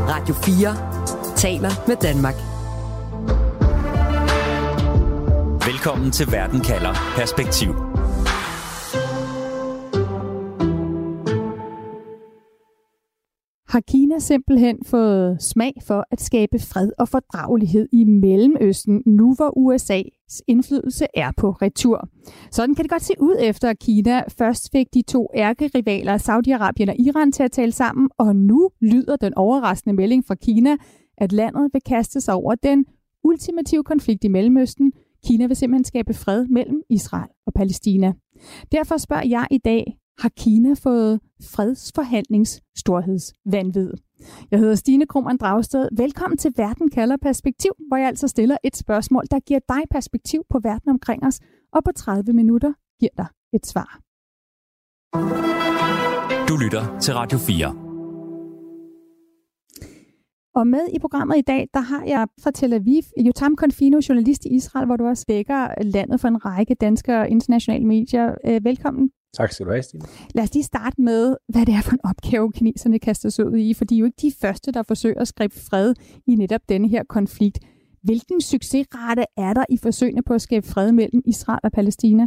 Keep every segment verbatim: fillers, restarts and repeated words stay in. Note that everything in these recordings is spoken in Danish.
Radio fire taler med Danmark. Velkommen til Verden kalder Perspektiv. Har Kina simpelthen fået smag for at skabe fred og fordragelighed i Mellemøsten, nu hvor U S A's indflydelse er på retur? Sådan kan det godt se ud, efter at Kina først fik de to ærkerivaler, Saudi-Arabien og Iran, til at tale sammen, og nu lyder den overraskende melding fra Kina, at landet vil kaste sig over den ultimative konflikt i Mellemøsten. Kina vil simpelthen skabe fred mellem Israel og Palæstina. Derfor spørger jeg i dag, har Kina fået fredsforhandlingsstorhedsvanvid? Jeg hedder Stine Krohmann Dragsted. Velkommen til Verden kalder Perspektiv, hvor jeg altså stiller et spørgsmål, der giver dig perspektiv på verden omkring os, og på tredive minutter giver dig et svar. Du lytter til Radio fire. Og med i programmet i dag, der har jeg fra Tel Aviv, Yotam Confino, journalist i Israel, hvor du også dækker landet for en række danske og internationale medier. Velkommen. Tak skal du have, Stine. Lad os lige starte med, hvad det er for en opgave, kineserne kaster sig ud i, for de er jo ikke de første, der forsøger at skabe fred i netop denne her konflikt. Hvilken succesrate er der i forsøgene på at skabe fred mellem Israel og Palæstina?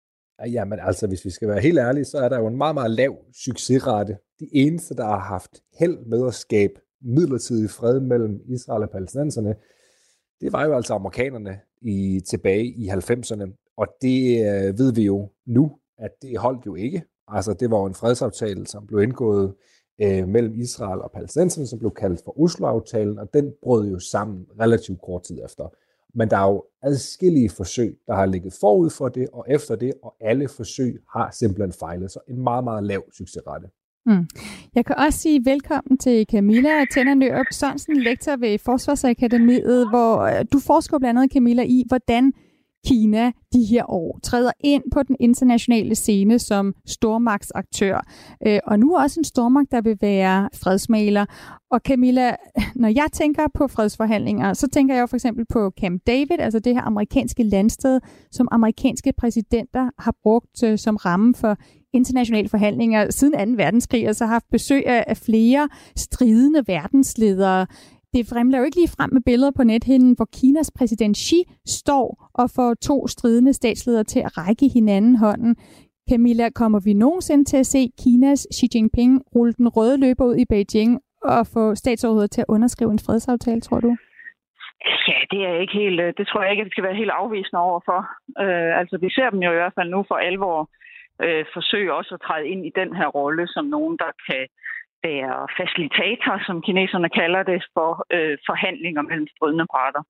Jamen altså, hvis vi skal være helt ærlige, så er der jo en meget, meget lav succesrate. De eneste, der har haft held med at skabe midlertidig fred mellem Israel og palæstinenserne, det var jo altså amerikanerne i, tilbage i halvfemserne. Og det øh, ved vi jo nu, at det holdt jo ikke. Altså, det var jo en fredsaftale, som blev indgået øh, mellem Israel og palæstinenserne, som blev kaldt for Oslo-aftalen, og den brød jo sammen relativt kort tid efter. Men der er jo adskillige forsøg, der har ligget forud for det, og efter det, og alle forsøg har simpelthen fejlet. Så en meget, meget lav succesrate. Mm. Jeg kan også sige velkommen til Camilla Tenner Nørup Sørensen, lektor ved Forsvarsakademiet, hvor du forsker blandt andet, Camilla, i, hvordan Kina de her år træder ind på den internationale scene som stormagtsaktør, øh, og nu også en stormagt, der vil være fredsmægler. Og Camilla, når jeg tænker på fredsforhandlinger, så tænker jeg jo for eksempel på Camp David, altså det her amerikanske landsted, som amerikanske præsidenter har brugt øh, som ramme for internationale forhandlinger siden anden verdenskrig, og så har haft besøg af flere stridende verdensledere. Det fremler jo ikke lige frem med billeder på nethinden, hvor Kinas præsident Xi står og får to stridende statsledere til at række hinanden hånden. Camilla, kommer vi nogensinde til at se Kinas Xi Jinping rulle den røde løber ud i Beijing og få statsoverhovedet til at underskrive en fredsaftale, tror du? Ja, det er ikke helt, det tror jeg ikke, at vi skal være helt afvisende overfor. Øh, altså, vi ser dem jo i hvert fald nu for alvor øh, forsøge også at træde ind i den her rolle som nogen, der kan være facilitator, som kineserne kalder det, for øh, forhandlinger mellem stridende parter.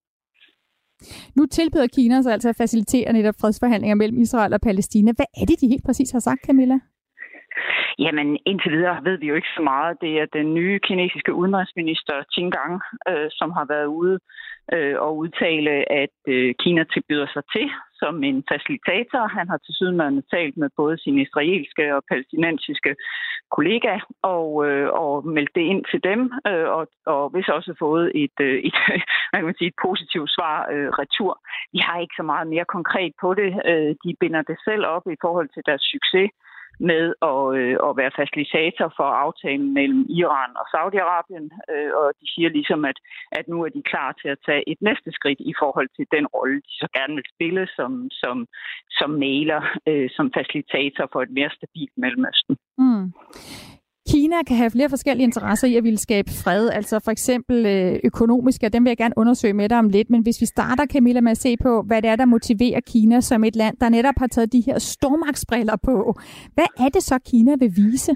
Nu tilbyder Kina sig altså at facilitere netop fredsforhandlinger mellem Israel og Palæstina. Hvad er det, de helt præcis har sagt, Camilla? Jamen, indtil videre ved vi jo ikke så meget. Det er den nye kinesiske udenrigsminister Qin Gang, øh, som har været ude øh, og udtale, at øh, Kina tilbyder sig til som en facilitator. Han har tilsyneladende talt med både sin israelske og palæstinensiske kollega og, øh, og meldt det ind til dem, øh, og, og hvis også fået et, øh, et, man kan sige, et positivt svar øh, retur. Vi har ikke så meget mere konkret på det. Øh, de binder det selv op i forhold til deres succes med at, øh, at være facilitator for aftalen mellem Iran og Saudi-Arabien, øh, og de siger ligesom, at, at nu er de klar til at tage et næste skridt i forhold til den rolle, de så gerne vil spille som, som, som mægler, øh, som facilitator for et mere stabilt Mellemøsten. Mm. Kina kan have flere forskellige interesser i at ville skabe fred, altså for eksempel økonomiske, og dem vil jeg gerne undersøge med dig om lidt, men hvis vi starter, Camilla, med at se på, hvad det er, der motiverer Kina som et land, der netop har taget de her stormagtsbriller på. Hvad er det så, Kina vil vise?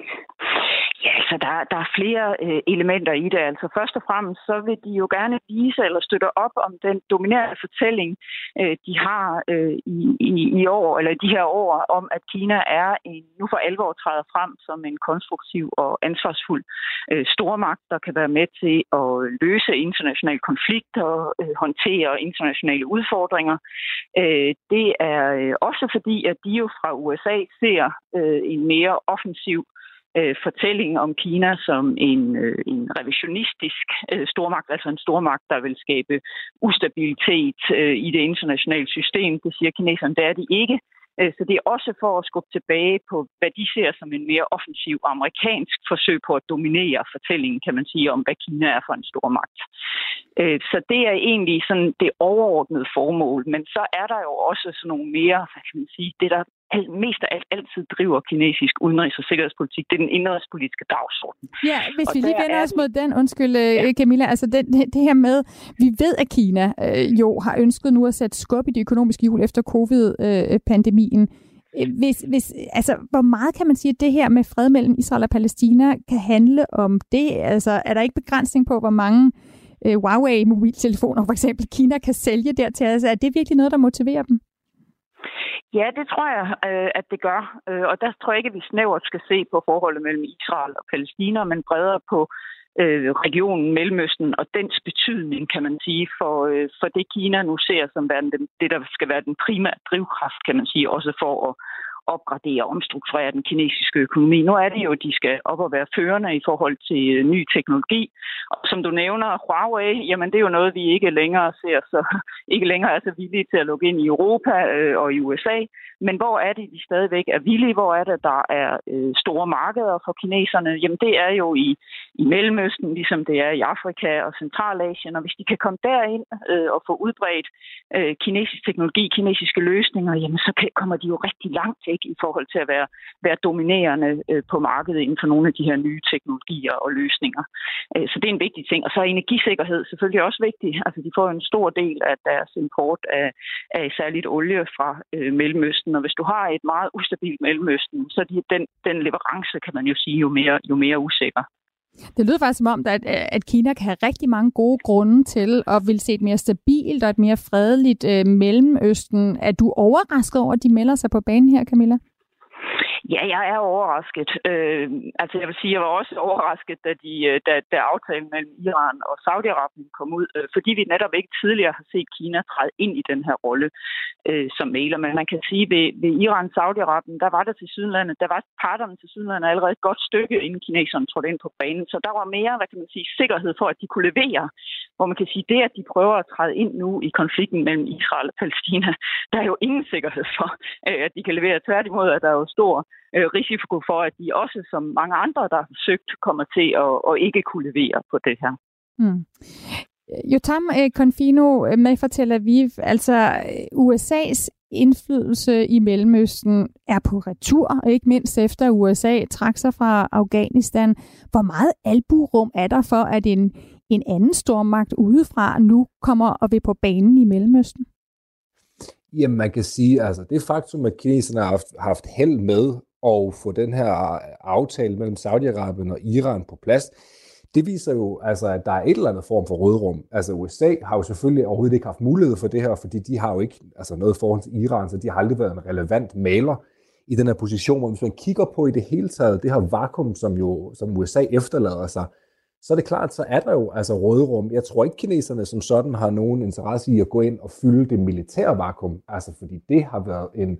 Ja, så der, der er flere øh, elementer i det. Altså først og fremmest, så vil de jo gerne vise eller støtte op om den dominerende fortælling, øh, de har øh, i, i, i år, eller de her år, om at Kina er en, nu for alvor træder frem som en konstruktiv og ansvarsfuld øh, stormagt, der kan være med til at løse internationale konflikter og øh, håndtere internationale udfordringer. Øh, det er øh, også fordi, at de jo fra U S A ser øh, en mere offensiv øh, fortælling om Kina som en, øh, en revisionistisk øh, stormagt, altså en stormagt, der vil skabe ustabilitet øh, i det internationale system. Det siger kineserne, det er de ikke. Så det er også for at skubbe tilbage på, hvad de ser som en mere offensiv amerikansk forsøg på at dominere fortællingen, kan man sige, om hvad Kina er for en stor magt. Så det er egentlig sådan det overordnede formål, men så er der jo også sådan nogle mere, hvad kan man sige, det der mest af alt altid driver kinesisk udenrigs- og sikkerhedspolitik, det er den indrigspolitiske dagsorden. Ja, hvis og vi lige vender os mod den, undskyld ja. Camilla, altså det, det her med, vi ved, at Kina øh, jo har ønsket nu at sætte skub i de økonomiske hjul efter covid-pandemien. Hvis, hvis, altså, hvor meget kan man sige, at det her med fred mellem Israel og Palæstina kan handle om det? Altså, er der ikke begrænsning på, hvor mange øh, Huawei-mobiltelefoner for eksempel Kina kan sælge dertil? Altså, er det virkelig noget, der motiverer dem? Ja, det tror jeg, at det gør. Og der tror jeg ikke, at vi snævert skal se på forholdet mellem Israel og Palæstina, men bredere på regionen Mellemøsten og dens betydning, kan man sige, for, for det Kina nu ser som det, der skal være den primære drivkraft, kan man sige, også for at opgradere og omstrukturere den kinesiske økonomi. Nu er det jo, at de skal op og være førende i forhold til ny teknologi. Og som du nævner, Huawei, jamen det er jo noget, vi ikke længere ser, så ikke længere er så villige til at lukke ind i Europa øh, og i U S A. Men hvor er det, de stadigvæk er villige? Hvor er det, der er øh, store markeder for kineserne? Jamen det er jo i, i Mellemøsten, ligesom det er i Afrika og Centralasien. Og hvis de kan komme derind øh, og få udbredt øh, kinesisk teknologi, kinesiske løsninger, jamen så kan, kommer de jo rigtig langt ikke i forhold til at være, være dominerende øh, på markedet inden for nogle af de her nye teknologier og løsninger. Øh, så det er en vigtig ting. Og så er energisikkerhed selvfølgelig også vigtig. Altså de får en stor del af deres import af, af særligt olie fra øh, Mellemøsten. Og hvis du har et meget ustabilt Mellemøsten, så er de, den, den leverance, kan man jo sige, jo mere, jo mere usikker. Det lyder faktisk som om, at, at Kina kan have rigtig mange gode grunde til at vil se et mere stabilt og et mere fredeligt øh, Mellemøsten. Er du overrasket over, at de melder sig på banen her, Camilla? Ja, jeg er overrasket. Øh, altså jeg vil sige, jeg var også overrasket, da, de, da, da aftalen mellem Iran og Saudi-Arabien kom ud, øh, fordi vi netop ikke tidligere har set Kina træde ind i den her rolle øh, som mægler. Men man kan sige, ved, ved Iran og Saudi-Arabien, der var der til Sydlandet, der var parterne til Sydlandet allerede et godt stykke, inden kineserne trådte ind på banen. Så der var mere, hvad kan man sige, sikkerhed for, at de kunne levere. Hvor man kan sige, det, at de prøver at træde ind nu i konflikten mellem Israel og Palæstina, der er jo ingen sikkerhed for, øh, at de kan levere. Tværtimod, at der er jo stor risiko for, at de også, som mange andre, der har forsøgt, kommer til at, at ikke kunne levere på det her. Mm. Yotam Confino med fra Tel Aviv, altså U S A's indflydelse i Mellemøsten er på retur, og ikke mindst efter U S A trak sig fra Afghanistan. Hvor meget albuerum er der for, at en, en anden stormagt udefra nu kommer og vil på banen i Mellemøsten? Jamen, man kan sige, altså det faktum, at kineserne har haft, haft held med at få den her aftale mellem Saudi-Arabien og Iran på plads, det viser jo, altså, at der er et eller andet form for rådrum. Altså U S A har jo selvfølgelig overhovedet ikke haft mulighed for det her, fordi de har jo ikke altså, noget forhold til Iran, så de har aldrig været en relevant maler i den her position. Og hvis man kigger på i det hele taget, det her vakuum, som, jo, som U S A efterlader sig, så er det klart, så er der jo altså råderum. Jeg tror ikke, kineserne som sådan har nogen interesse i at gå ind og fylde det militære vakuum, altså fordi det har været en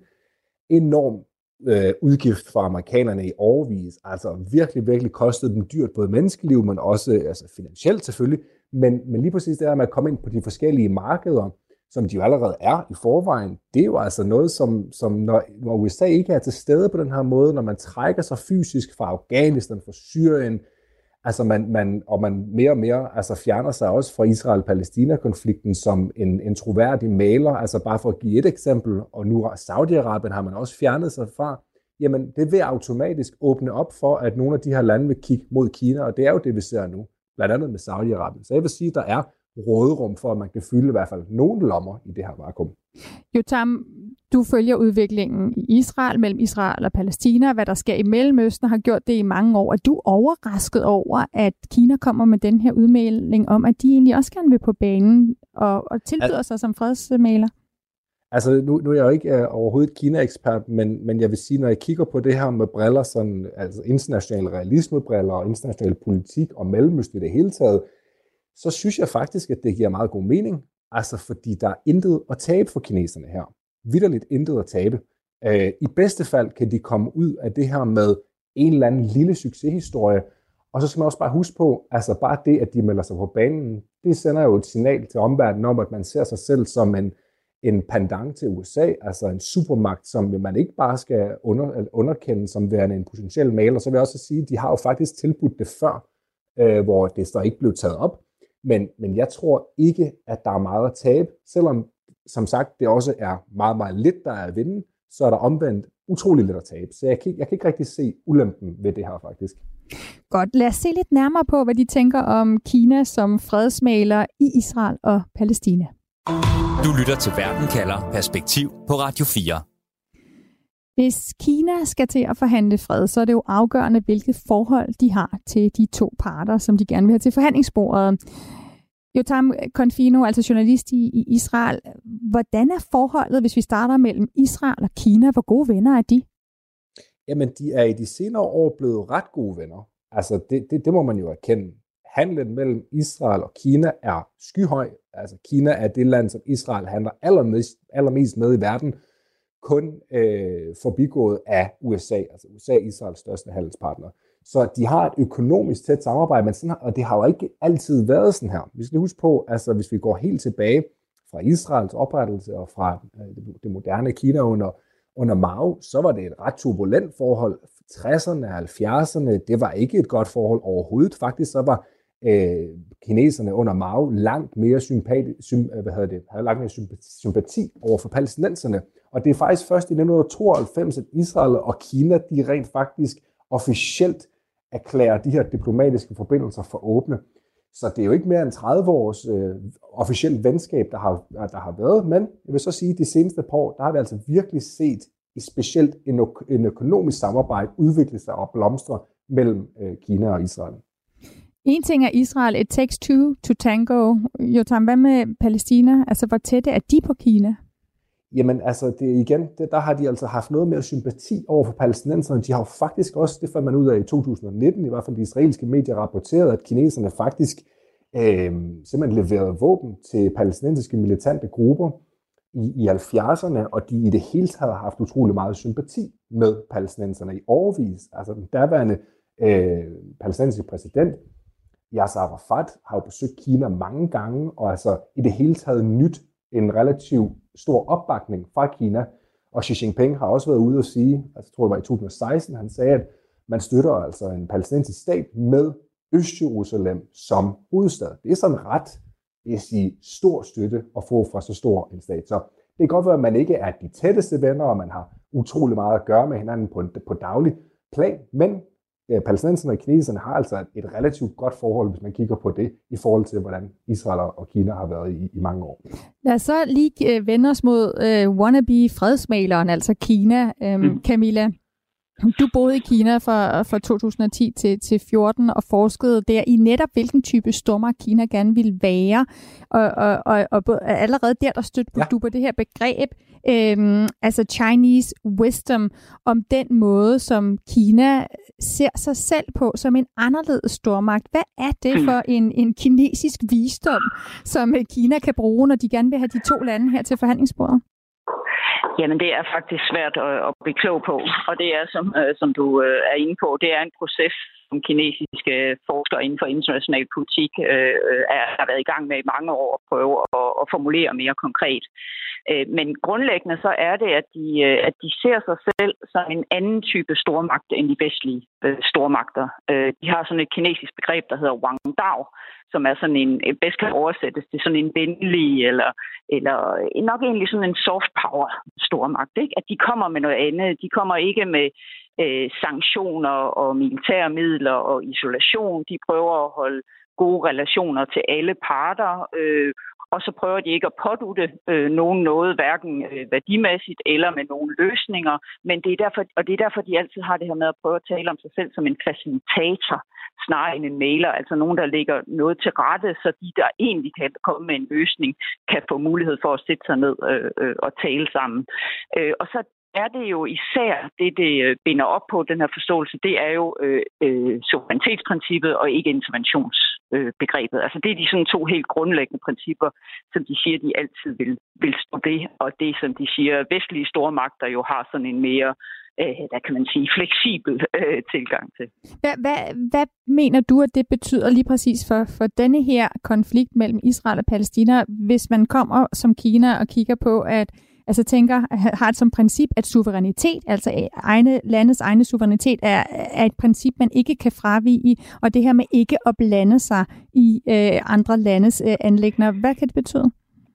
enorm øh, udgift for amerikanerne i årevis. Altså virkelig, virkelig kostede dem dyrt, både menneskeliv, men også altså finansielt selvfølgelig. Men, men lige præcis det her med at komme ind på de forskellige markeder, som de jo allerede er i forvejen, det er jo altså noget, som, som når, når U S A ikke er til stede på den her måde, når man trækker sig fysisk fra Afghanistan, fra Syrien, altså man, man, og man mere og mere altså fjerner sig også fra Israel-Palæstina-konflikten som en, en troværdig maler, altså bare for at give et eksempel, og nu Saudi-Arabien har man også fjernet sig fra, jamen det vil automatisk åbne op for, at nogle af de her lande vil kigge mod Kina, og det er jo det, vi ser nu, blandt andet med Saudi-Arabien. Så jeg vil sige, at der er råderum for, at man kan fylde i hvert fald nogle lommer i det her vakuum. Yotam, du følger udviklingen i Israel, mellem Israel og Palæstina, hvad der sker i Mellemøsten, har gjort det i mange år. Er du overrasket over, at Kina kommer med den her udmelding om, at de egentlig også gerne vil på banen og, og tilbyder Al- sig som fredsmægler? Altså, nu, nu er jeg jo ikke uh, overhovedet Kina-ekspert, men, men jeg vil sige, når jeg kigger på det her med briller, sådan, altså internationale realismebriller og international politik og Mellemøsten i det hele taget, så synes jeg faktisk, at det giver meget god mening. Altså, fordi der er intet at tabe for kineserne her. Vitterligt intet at tabe. Øh, I bedste fald kan de komme ud af det her med en eller anden lille succeshistorie. Og så skal man også bare huske på, altså bare det, at de melder sig på banen, det sender jo et signal til omverdenen om, at man ser sig selv som en, en pendant til U S A, altså en supermagt, som man ikke bare skal under, underkende som værende en potentiel maler. Så vil jeg også sige, at de har jo faktisk tilbudt det før, øh, hvor det så ikke blev taget op. Men, men jeg tror ikke, at der er meget at tabe. Selvom, som sagt, det også er meget, meget lidt, der er at vinde, så er der omvendt utrolig lidt at tabe. Så jeg kan, jeg kan ikke rigtig se ulempen ved det her, faktisk. Godt. Lad os se lidt nærmere på, hvad de tænker om Kina som fredsmægler i Israel og Palæstina. Du lytter til Verden kalder Perspektiv på Radio fire. Hvis Kina skal til at forhandle fred, så er det jo afgørende, hvilket forhold de har til de to parter, som de gerne vil have til forhandlingsbordet. Jotam Confino, altså journalist i Israel. Hvordan er forholdet, hvis vi starter mellem Israel og Kina? Hvor gode venner er de? Jamen, de er i de senere år blevet ret gode venner. Altså, det, det, det må man jo erkende. Handlen mellem Israel og Kina er skyhøj. Altså, Kina er det land, som Israel handler allermest, allermest med i verden, kun øh, forbigået af U S A. Altså, U S A er Israels største handelspartner. Så de har et økonomisk tæt samarbejde, men sådan, og det har jo ikke altid været sådan her. Vi skal huske på, altså hvis vi går helt tilbage fra Israels oprettelse og fra øh, det moderne Kina under, under Mao, så var det et ret turbulent forhold. tresserne og halvfjerdserne, det var ikke et godt forhold overhovedet. Faktisk så var øh, kineserne under Mao langt mere sympati, sym, hvad hedder det, havde langt mere sympati over for palæstinenserne. Og det er faktisk først i nitten tooghalvfems, at Israel og Kina, de rent faktisk officielt erklærer de her diplomatiske forbindelser for åbne. Så det er jo ikke mere end tredive års øh, officielt venskab, der har, der har været. Men jeg vil så sige, at de seneste par år, der har vi altså virkelig set i specielt en, en økonomisk samarbejde udvikle sig og blomstre mellem øh, Kina og Israel. En ting er Israel, it takes two to tango. Jotam, hvad med Palæstina? Altså, hvor tætte er de på Kina? Jamen altså, det, igen, det, der har de altså haft noget mere sympati over for palæstinenserne. De har jo faktisk også, det fandt man ud af i to tusind nitten, i hvert fald de israelske medier rapporterede, at kineserne faktisk øh, simpelthen leverede våben til palæstinensiske militante grupper i, i halvfjerdserne, og de i det hele taget har haft utrolig meget sympati med palæstinenserne i årevis. Altså den daværende øh, palæstinensiske præsident, Yasser Arafat, har jo besøgt Kina mange gange, og altså i det hele taget nyt en relativt stor opbakning fra Kina. Og Xi Jinping har også været ude og sige, altså jeg tror det var i to tusind og seksten, han sagde, at man støtter altså en palæstinensisk stat med Øst-Jerusalem som hovedstad. Det er sådan ret, vil jeg sige, stor støtte at få fra så stor en stat. Så det kan godt være, at man ikke er de tætteste venner, og man har utrolig meget at gøre med hinanden på, på daglig plan, men palæstinenserne og kineserne har altså et relativt godt forhold, hvis man kigger på det, i forhold til, hvordan Israel og Kina har været i, i mange år. Lad os så lige øh, vende os mod øh, wannabe-fredsmaleren, altså Kina. Øhm, mm. Camilla, du boede i Kina fra, fra to tusind og ti til, til fjorten og forskede der i netop, hvilken type stormagt Kina gerne ville være. Og, og, og, og allerede der, der stødte ja. du på det her begreb, øhm, altså Chinese wisdom, om den måde, som Kina ser sig selv på som en anderledes stormagt. Hvad er det for en, en kinesisk visdom, som Kina kan bruge, når de gerne vil have de to lande her til forhandlingsbordet? Jamen, det er faktisk svært at, at blive klog på, og det er, som, øh, som du øh, er inde på, det er en proces, som kinesiske forskere inden for international politik øh, er, har været i gang med i mange år at prøve at, at formulere mere konkret. Øh, men grundlæggende så er det, at de, øh, at de ser sig selv som en anden type stormagt end de vestlige øh, stormagter. Øh, de har sådan et kinesisk begreb, der hedder Wang Dao, som er sådan en, bedst kan oversættes til sådan en venlig, eller, eller nok egentlig sådan en soft power stormagt, ikke? At de kommer med noget andet. De kommer ikke med øh, sanktioner og militære midler og isolation. De prøver at holde gode relationer til alle parter, øh, og så prøver de ikke at pådutte øh, nogen noget, hverken øh, værdimæssigt eller med nogle løsninger. Men det er derfor, og det er derfor, de altid har det her med at prøve at tale om sig selv som en facilitator, snarere end en mailer, altså nogen, der lægger noget til rette, så de, der egentlig kan komme med en løsning, kan få mulighed for at sætte sig ned øh, øh, og tale sammen. Øh, og så er det jo især det, det binder op på, den her forståelse, det er jo øh, øh, suverænitetsprincippet og ikke interventionsbegrebet. Øh, altså det er de sådan to helt grundlæggende principper, som de siger, de altid vil, vil stå ved, og det, som de siger, vestlige stormagter jo har sådan en mere øh, der kan man sige, fleksibel øh, tilgang til. Hvad, hvad, hvad mener du, at det betyder lige præcis for, for denne her konflikt mellem Israel og Palæstina, hvis man kommer som Kina og kigger på, at altså tænker, har det som princip, at suverænitet, altså egne landes egne suverænitet, er, er et princip, man ikke kan fravige, og det her med ikke at blande sig i øh, andre landes øh, anliggender. Hvad kan det betyde?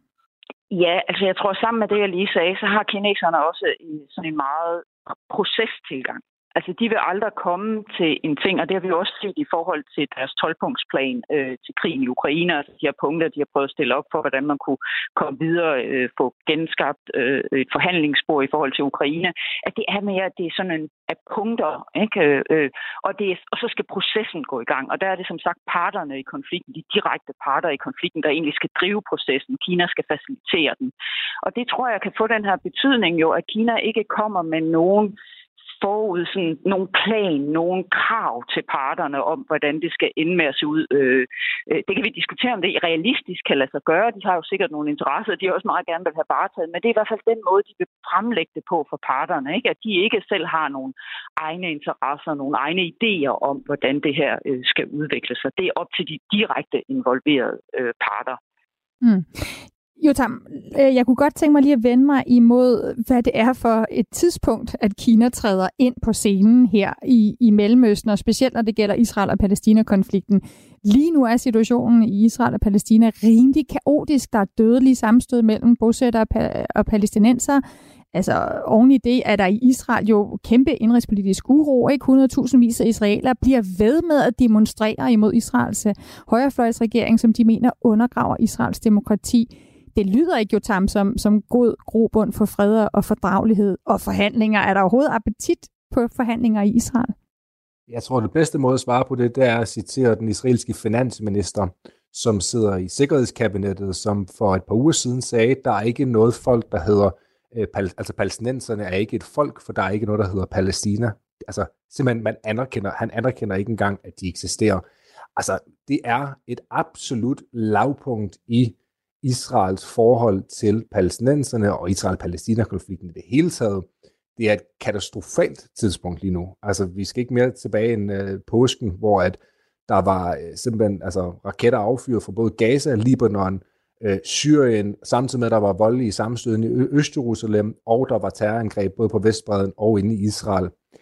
Ja, altså jeg tror, sammen med det, jeg lige sagde, så har kineserne også sådan en meget procestilgang. Altså, de vil aldrig komme til en ting, og det har vi jo også set i forhold til deres tolv-punktsplan øh, til krigen i Ukraine. Altså, de her punkter, de har prøvet at stille op for, hvordan man kunne komme videre, øh, få genskabt øh, et forhandlingsspor i forhold til Ukraine. At det er mere, at det er sådan en af punkter, ikke? Øh, og, det er, og så skal processen gå i gang. Og der er det som sagt parterne i konflikten, de direkte parter i konflikten, der egentlig skal drive processen. Kina skal facilitere den. Og det tror jeg kan få den her betydning jo, at Kina ikke kommer med nogen forud sådan nogle plan, nogle krav til parterne om, hvordan det skal ende med at se ud. Øh, det kan vi diskutere, om det realistisk kan lade sig gøre. De har jo sikkert nogle interesser, de også meget gerne vil have varetaget, men det er i hvert fald den måde, de vil fremlægge det på for parterne. Ikke? At de ikke selv har nogle egne interesser, nogle egne idéer om, hvordan det her øh, skal udvikle sig. Det er op til de direkte involverede øh, parter. Mm. Jotam, jeg kunne godt tænke mig lige at vende mig imod, hvad det er for et tidspunkt, at Kina træder ind på scenen her i, i Mellemøsten, og specielt når det gælder Israel- og Palæstina-konflikten. Lige nu er situationen i Israel og Palæstina rimelig kaotisk. Der er dødelige sammenstød mellem bosættere og palæstinenser. Altså oven i det er der i Israel jo kæmpe indrigspolitisk uro. Ikke hundredtusindvis af israelere bliver ved med at demonstrere imod Israels højrefløjsregering, som de mener undergraver Israels demokrati. Det lyder ikke, Jotam, som, som god grobund for fred og fordragelighed og forhandlinger. Er der overhovedet appetit på forhandlinger i Israel? Jeg tror, det bedste måde at svare på det, det er at citere den israelske finansminister, som sidder i sikkerhedskabinettet, som for et par uger siden sagde, at der er ikke noget folk, der hedder, øh, pal- altså palæstinenserne er ikke et folk, for der er ikke noget, der hedder Palæstina. Altså simpelthen, man anerkender, han anerkender ikke engang, at de eksisterer. Altså, det er et absolut lavpunkt i Israels forhold til palæstinenserne og Israel-Palæstina-konflikten i det hele taget. Det er et katastrofalt tidspunkt lige nu. Altså, vi skal ikke mere tilbage end øh, påsken, hvor at der var øh, simpelthen altså, raketter affyret fra både Gaza, Libanon, øh, Syrien, samtidig med, at der var voldelige sammenstød i Ø- Øst-Jerusalem, og der var terrorangreb både på Vestbredden og inde i Israel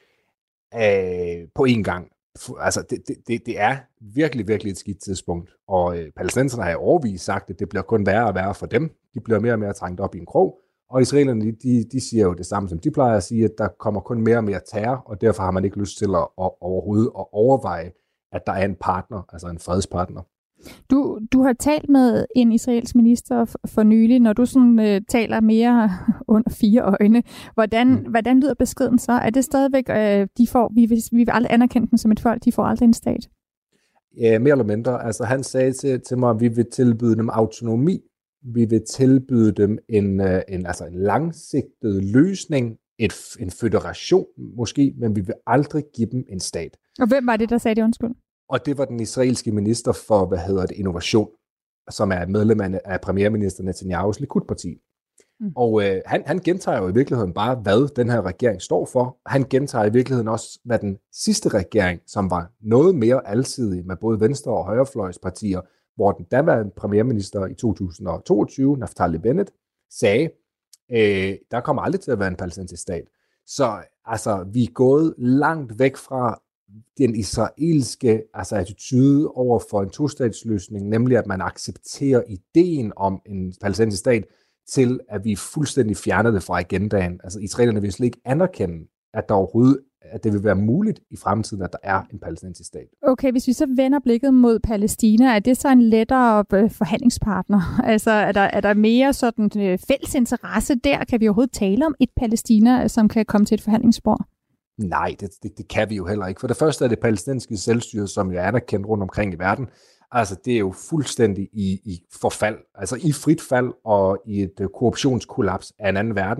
øh, på én gang. Altså, det, det, det er virkelig, virkelig et skidt tidspunkt. Og øh, palæstinenserne har i årevis sagt, at det bliver kun værre og værre for dem. De bliver mere og mere trængt op i en krog. Og israelerne, de, de siger jo det samme, som de plejer at sige, at der kommer kun mere og mere terror, og derfor har man ikke lyst til at, at overhovedet at overveje, at der er en partner, altså en fredspartner. Du, du har talt med en israelsk minister for nylig, når du sådan, øh, taler mere under fire øjne. Hvordan, mm. hvordan lyder beskeden så? Er det stadigvæk, øh, de får, vi, vi vil aldrig anerkende dem som et folk, de får aldrig en stat? Ja, mere eller mindre. Altså han sagde til, til mig, at vi vil tilbyde dem autonomi. Vi vil tilbyde dem en, en, altså en langsigtet løsning, et, en føderation måske, men vi vil aldrig give dem en stat. Og hvem var det, der sagde det, undskyld? Og det var den israelske minister for, hvad hedder det, innovation, som er medlem af premierminister Netanyahus Likud-parti. Mm. Og øh, han, han gentager jo i virkeligheden bare, hvad den her regering står for. Han gentager i virkeligheden også, hvad den sidste regering, som var noget mere alsidig med både venstre- og højrefløjspartier, hvor den daværende premierminister i to tusind og toogtyve, Naftali Bennett, sagde, øh, der kommer aldrig til at være en palæstinensisk stat. Så altså, vi er gået langt væk fra den israelske altså, attitude over for en tostatsløsning, nemlig at man accepterer ideen om en palæstinensisk stat, til at vi fuldstændig fjerner det fra agendaen. Altså israelerne vil slet ikke anerkende, at der overhovedet at det vil være muligt i fremtiden, at der er en palæstinensisk stat. Okay, hvis vi så vender blikket mod Palæstina, er det så en lettere forhandlingspartner? Altså er der, er der mere sådan fælles interesse der? Kan vi overhovedet tale om et Palæstina, som kan komme til et forhandlingsspor? Nej, det, det, det kan vi jo heller ikke. For det første er det palæstinensiske selvstyre, som jo er anerkendt rundt omkring i verden. Altså, det er jo fuldstændig i, i forfald. Altså, i frit fald og i et korruptionskollaps af en anden verden.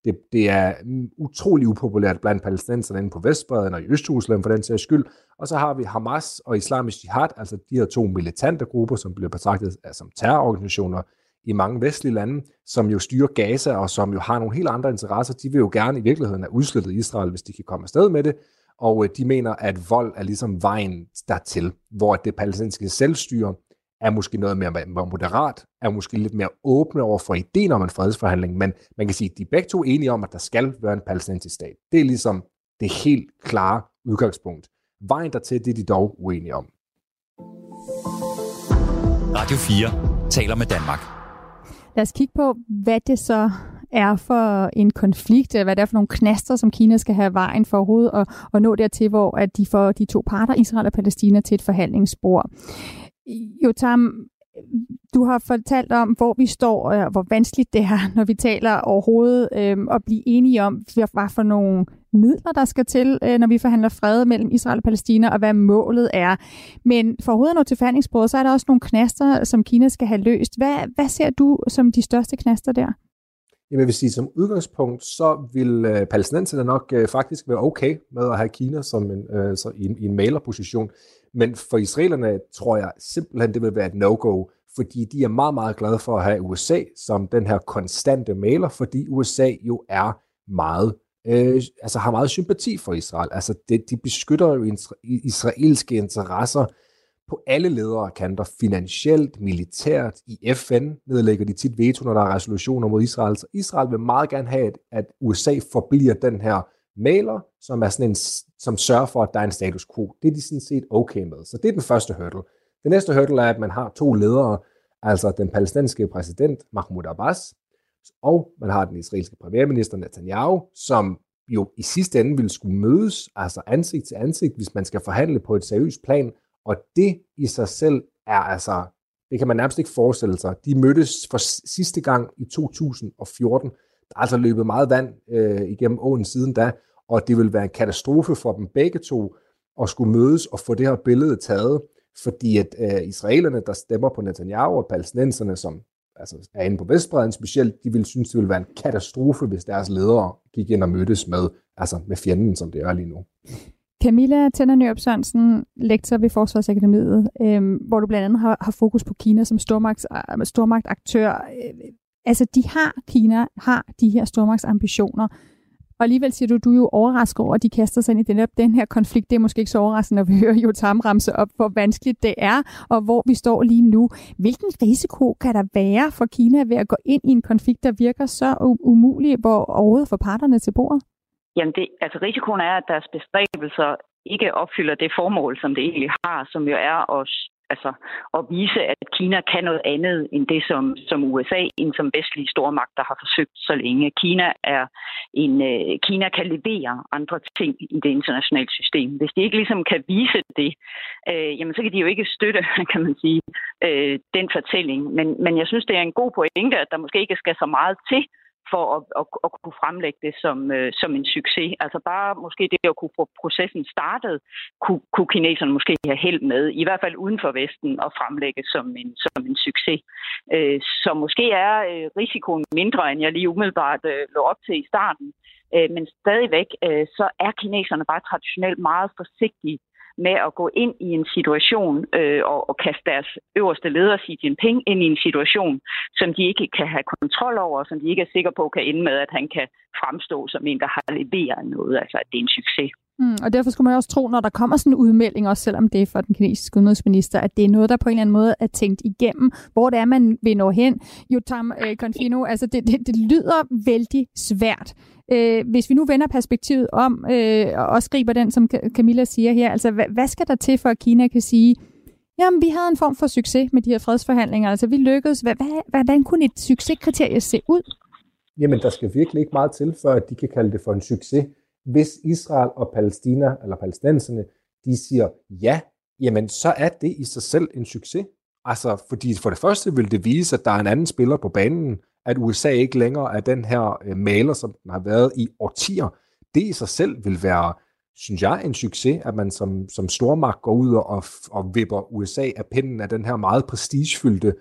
Det, det er utrolig upopulært blandt palæstinenserne inde på Vestbredden og i Østjerusalem for den sags skyld. Og så har vi Hamas og Islamisk Jihad, altså de her to militante grupper, som bliver betragtet som terrororganisationer i mange vestlige lande, som jo styrer Gaza og som jo har nogle helt andre interesser. De vil jo gerne i virkeligheden have udslettet Israel, hvis de kan komme afsted med det. Og de mener, at vold er ligesom vejen dertil, hvor det palæstinensiske selvstyre er måske noget mere moderat, er måske lidt mere åbne over for ideen om en fredsforhandling, men man kan sige, at de er begge to enige om, at der skal være en palæstinensisk stat. Det er ligesom det helt klare udgangspunkt. Vejen dertil, det er de dog uenige om. Radio fire taler med Danmark. Lad os kigge på, hvad det så er for en konflikt, hvad det er for nogle knaster, som Kina skal have vejen for overhovedet, og, og nå dertil, hvor at de får de to parter, Israel og Palæstina, til et forhandlingsbord. Jotam, du har fortalt om, hvor vi står, og hvor vanskeligt det er, når vi taler overhovedet øh, at blive enige om, hvad for nogle midler, der skal til, øh, når vi forhandler fred mellem Israel og Palæstina, og hvad målet er. Men for overhovedet at nå til forhandlingsbordet, så er der også nogle knaster, som Kina skal have løst. Hvad, hvad ser du som de største knaster der? Jamen, jeg vil sige, som udgangspunkt, så vil øh, palæstinenserne nok øh, faktisk være okay med at have Kina som en, øh, så i, en, i en mæglerposition. Men for israelerne tror jeg simpelthen, det vil være et no-go, fordi de er meget, meget glade for at have U S A som den her konstante mægler, fordi U S A jo er meget, øh, altså har meget sympati for Israel. Altså det, de beskytter jo israelske interesser på alle ledere kanter, finansielt, militært, i F N nedlægger de tit veto, når der er resolutioner mod Israel. Så Israel vil meget gerne have, at U S A forbliver den her mægler, som er sådan en, som sørger for, at der er en status quo. Det er de sådan set okay med. Så det er den første hurdle. Den næste hurdle er, at man har to ledere, altså den palæstinensiske præsident Mahmoud Abbas, og man har den israelske premierminister Netanyahu, som jo i sidste ende vil skulle mødes, altså ansigt til ansigt, hvis man skal forhandle på et seriøst plan. Og det i sig selv er altså, det kan man nærmest ikke forestille sig. De mødtes for sidste gang i to tusind og fjorten. Der er altså løbet meget vand øh, igennem åen siden da, og det vil være en katastrofe for dem begge to at skulle mødes og få det her billede taget, fordi at øh, israelerne, der stemmer på Netanyahu, og palæstinenserne, som altså, er inde på Vestbredden specielt, de vil synes, det ville være en katastrofe, hvis deres ledere gik ind og mødtes med, altså med fjenden, som det er lige nu. Camilla Tenner Nørup Sørensen, lektor ved Forsvarsakademiet, øh, hvor du blandt andet har, har fokus på Kina som stormagts, stormagtaktør. Øh, altså, de har, Kina har de her stormagtsambitioner, og alligevel siger du, du er jo overrasket over, at de kaster sig ind i den, den her konflikt. Det er måske ikke så overraskende, når vi hører Jotam ramse op, hvor vanskeligt det er, og hvor vi står lige nu. Hvilken risiko kan der være for Kina ved at gå ind i en konflikt, der virker så umulig, hvor overhovedet får parterne til bordet? Jamen, det, altså risikoen er, at deres bestræbelser ikke opfylder det formål, som det egentlig har, som jo er at, altså, at vise, at Kina kan noget andet end det, som, som U S A, end som vestlige stormagter har forsøgt så længe. Kina er en, uh, Kina kan levere andre ting i det internationale system. Hvis de ikke ligesom kan vise det, uh, jamen så kan de jo ikke støtte, kan man sige, uh, den fortælling. Men, men jeg synes, det er en god pointe, at der måske ikke skal så meget til, for at, at, at kunne fremlægge det som, øh, som en succes. Altså bare måske det at kunne få processen startet, kunne, kunne kineserne måske have held med, i hvert fald uden for Vesten, og fremlægge som en, som en succes. Øh, så måske er øh, risikoen mindre, end jeg lige umiddelbart øh, lå op til i starten. Øh, men stadigvæk, øh, så er kineserne bare traditionelt meget forsigtige med at gå ind i en situation øh, og, og kaste deres øverste leder, Xi Jinping, ind i en situation, som de ikke kan have kontrol over, og som de ikke er sikre på kan ende med, at han kan fremstå som en, der har leveret noget, altså at det er en succes. Mm, og derfor skulle man også tro, når der kommer sådan en udmelding, også selvom det er for den kinesiske udenrigsminister, at det er noget, der på en eller anden måde er tænkt igennem, hvor det er, man vil nå hen. Jotam øh, Confino, altså det, det, det lyder vældig svært. Øh, hvis vi nu vender perspektivet om, øh, og også griber den, som Camilla siger her, altså hvad, hvad skal der til for, at Kina kan sige, jamen vi havde en form for succes med de her fredsforhandlinger, altså vi lykkedes. Hvad, hvad, hvordan kunne et succeskriterie se ud? Jamen der skal virkelig ikke meget til, for at de kan kalde det for en succes. Hvis Israel og Palæstina, eller palæstinenserne, de siger ja, jamen så er det i sig selv en succes. Altså, fordi for det første vil det vise, at der er en anden spiller på banen, at U S A ikke længere er den her øh, maler, som den har været i årtier. Det i sig selv vil være, synes jeg, en succes, at man som, som stormagt går ud og, og vipper U S A af pinden af den her meget prestigefyldte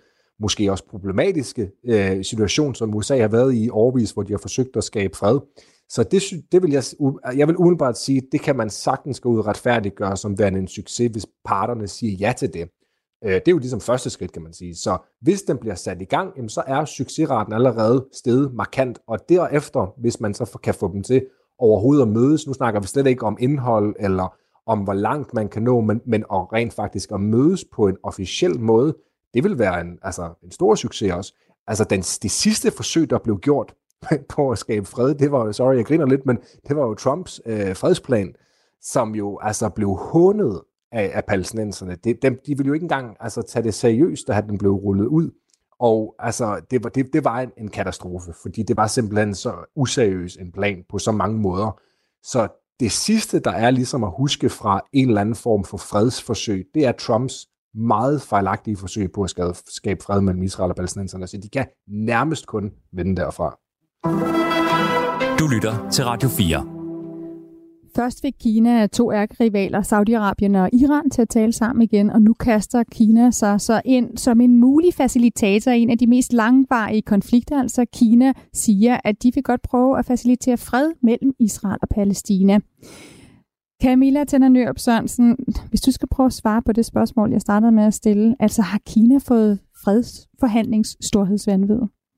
måske også problematiske øh, situation, som U S A har været i i årevis, hvor de har forsøgt at skabe fred. Så det, det vil jeg, jeg vil umiddelbart sige, det kan man sagtens gå ud og retfærdiggøre som værende en succes, hvis parterne siger ja til det. Det er jo ligesom første skridt, kan man sige. Så hvis den bliver sat i gang, jamen, så er succesraten allerede steget markant, og derefter, hvis man så kan få dem til overhovedet at mødes, nu snakker vi slet ikke om indhold, eller om hvor langt man kan nå, men, men at rent faktisk at mødes på en officiel måde, det vil være en, altså, en stor succes også. Altså den, det sidste forsøg, der blev gjort på at skabe fred, det var jo, sorry, jeg griner lidt, men det var jo Trumps øh, fredsplan, som jo altså blev hånet af, af palæstinenserne. Det, dem, de ville jo ikke engang altså, tage det seriøst, da den blev rullet ud. Og altså, det var, det, det var en, en katastrofe, fordi det var simpelthen så useriøs en plan på så mange måder. Så det sidste, der er ligesom at huske fra en eller anden form for fredsforsøg, det er Trumps meget fejlagtige forsøg på at skabe fred mellem Israel og palæstinenserne. Så de kan nærmest kun vinde derfra. Du lytter til Radio fire. Først fik Kina to ærkerivaler, Saudi-Arabien og Iran, til at tale sammen igen, og nu kaster Kina sig så ind som en mulig facilitator i en af de mest langvarige konflikter. Altså Kina siger, at de vil godt prøve at facilitere fred mellem Israel og Palæstina. Camilla Tenner Nørup Sørensen, hvis du skal prøve at svare på det spørgsmål, jeg startede med at stille, altså har Kina fået fredsforhandlingsstorhedsvanvid?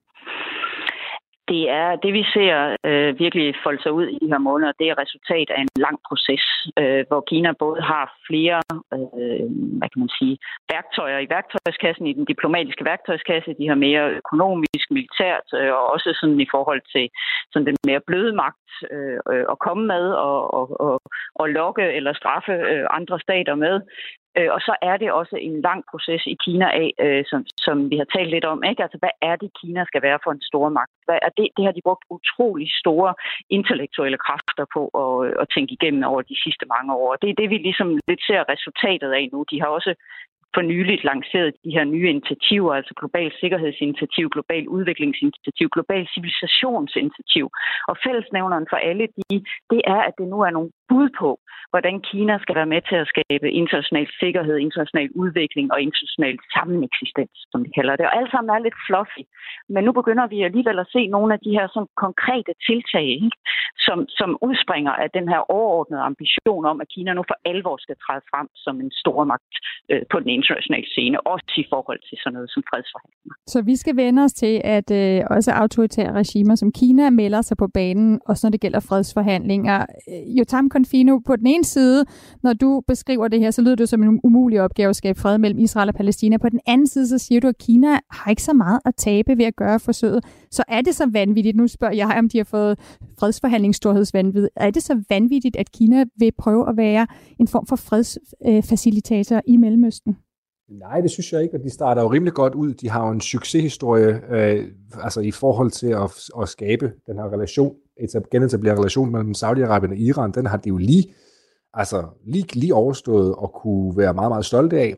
Det er det, vi ser øh, virkelig folde sig ud i de her måneder. Det er resultat af en lang proces, øh, hvor Kina både har flere øh, hvad kan man sige, værktøjer i værktøjskassen, i den diplomatiske værktøjskasse. De har mere økonomisk, militært øh, og også sådan i forhold til sådan den mere bløde magt øh, at komme med og, og, og, og lokke eller straffe øh, andre stater med. Og så er det også en lang proces i Kina af, øh, som, som vi har talt lidt om, ikke? Altså, hvad er det, Kina skal være for en stormagt? Hvad er det, det har de brugt utrolig store intellektuelle kræfter på at, at tænke igennem over de sidste mange år. Det er det, vi ligesom lidt ser resultatet af nu. De har også for nyligt lanceret de her nye initiativer, altså global sikkerhedsinitiativ, global udviklingsinitiativ, global civilisationsinitiativ. Og fællesnævneren for alle de, det er, at det nu er nogle bud på, hvordan Kina skal være med til at skabe international sikkerhed, international udvikling og international sameksistens, som de kalder det. Og alt sammen er lidt fluffy. Men nu begynder vi alligevel at se nogle af de her sådan konkrete tiltag, ikke? Som, som udspringer af den her overordnede ambition om, at Kina nu for alvor skal træde frem som en stormagt øh, på den internationale scene, også i forhold til sådan noget som fredsforhandlinger. Så vi skal vende os til, at øh, også autoritære regimer som Kina melder sig på banen, også når det gælder fredsforhandlinger. Jotam Confino, på den ene side, når du beskriver det her, så lyder det som en umulig opgave at skabe fred mellem Israel og Palæstina. På den anden side, så siger du, at Kina har ikke så meget at tabe ved at gøre forsøget. Så er det så vanvittigt, nu spørger jeg, om de har fået fredsforhandlingsstorhedsvanvid, er det så vanvittigt, at Kina vil prøve at være en form for fredsfacilitator i Mellemøsten? Nej, det synes jeg ikke, og de starter jo rimelig godt ud. De har jo en succeshistorie øh, altså i forhold til at, at skabe den her relation, genetablere relation mellem Saudi-Arabien og Iran. Den har de jo lige, altså lige, lige overstået og kunne være meget, meget stolte af.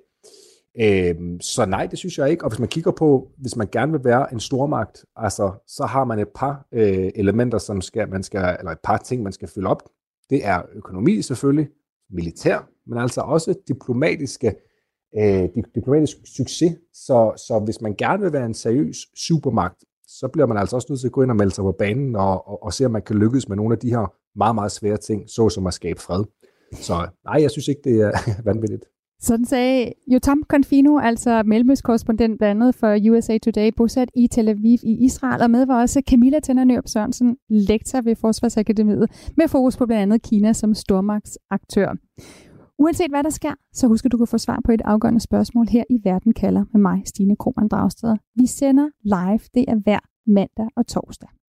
Øh, så nej, det synes jeg ikke. Og hvis man kigger på, hvis man gerne vil være en stormagt, altså, så har man et par øh, elementer, som skal, man skal, eller et par ting, man skal fylde op. Det er økonomi selvfølgelig, militær, men altså også diplomatiske Øh, diplomatisk succes, så, så hvis man gerne vil være en seriøs supermagt, så bliver man altså også nødt til at gå ind og melde sig på banen og, og, og se, om man kan lykkes med nogle af de her meget, meget svære ting, såsom at skabe fred. Så nej, jeg synes ikke, det er vanvittigt. Sådan sagde Jotam Confino, altså mellemøstkorrespondent blandt andet for U S A Today, bosat i Tel Aviv i Israel, og med var også Camilla Tenner Nørup Sørensen, lektor ved Forsvarsakademiet, med fokus på blandt andet Kina som stormagtsaktør. Uanset hvad der sker, så husk at du kan få svar på et afgørende spørgsmål her i Verden kalder med mig, Stine Krohmann Dragsted. Vi sender live, det er hver mandag og torsdag.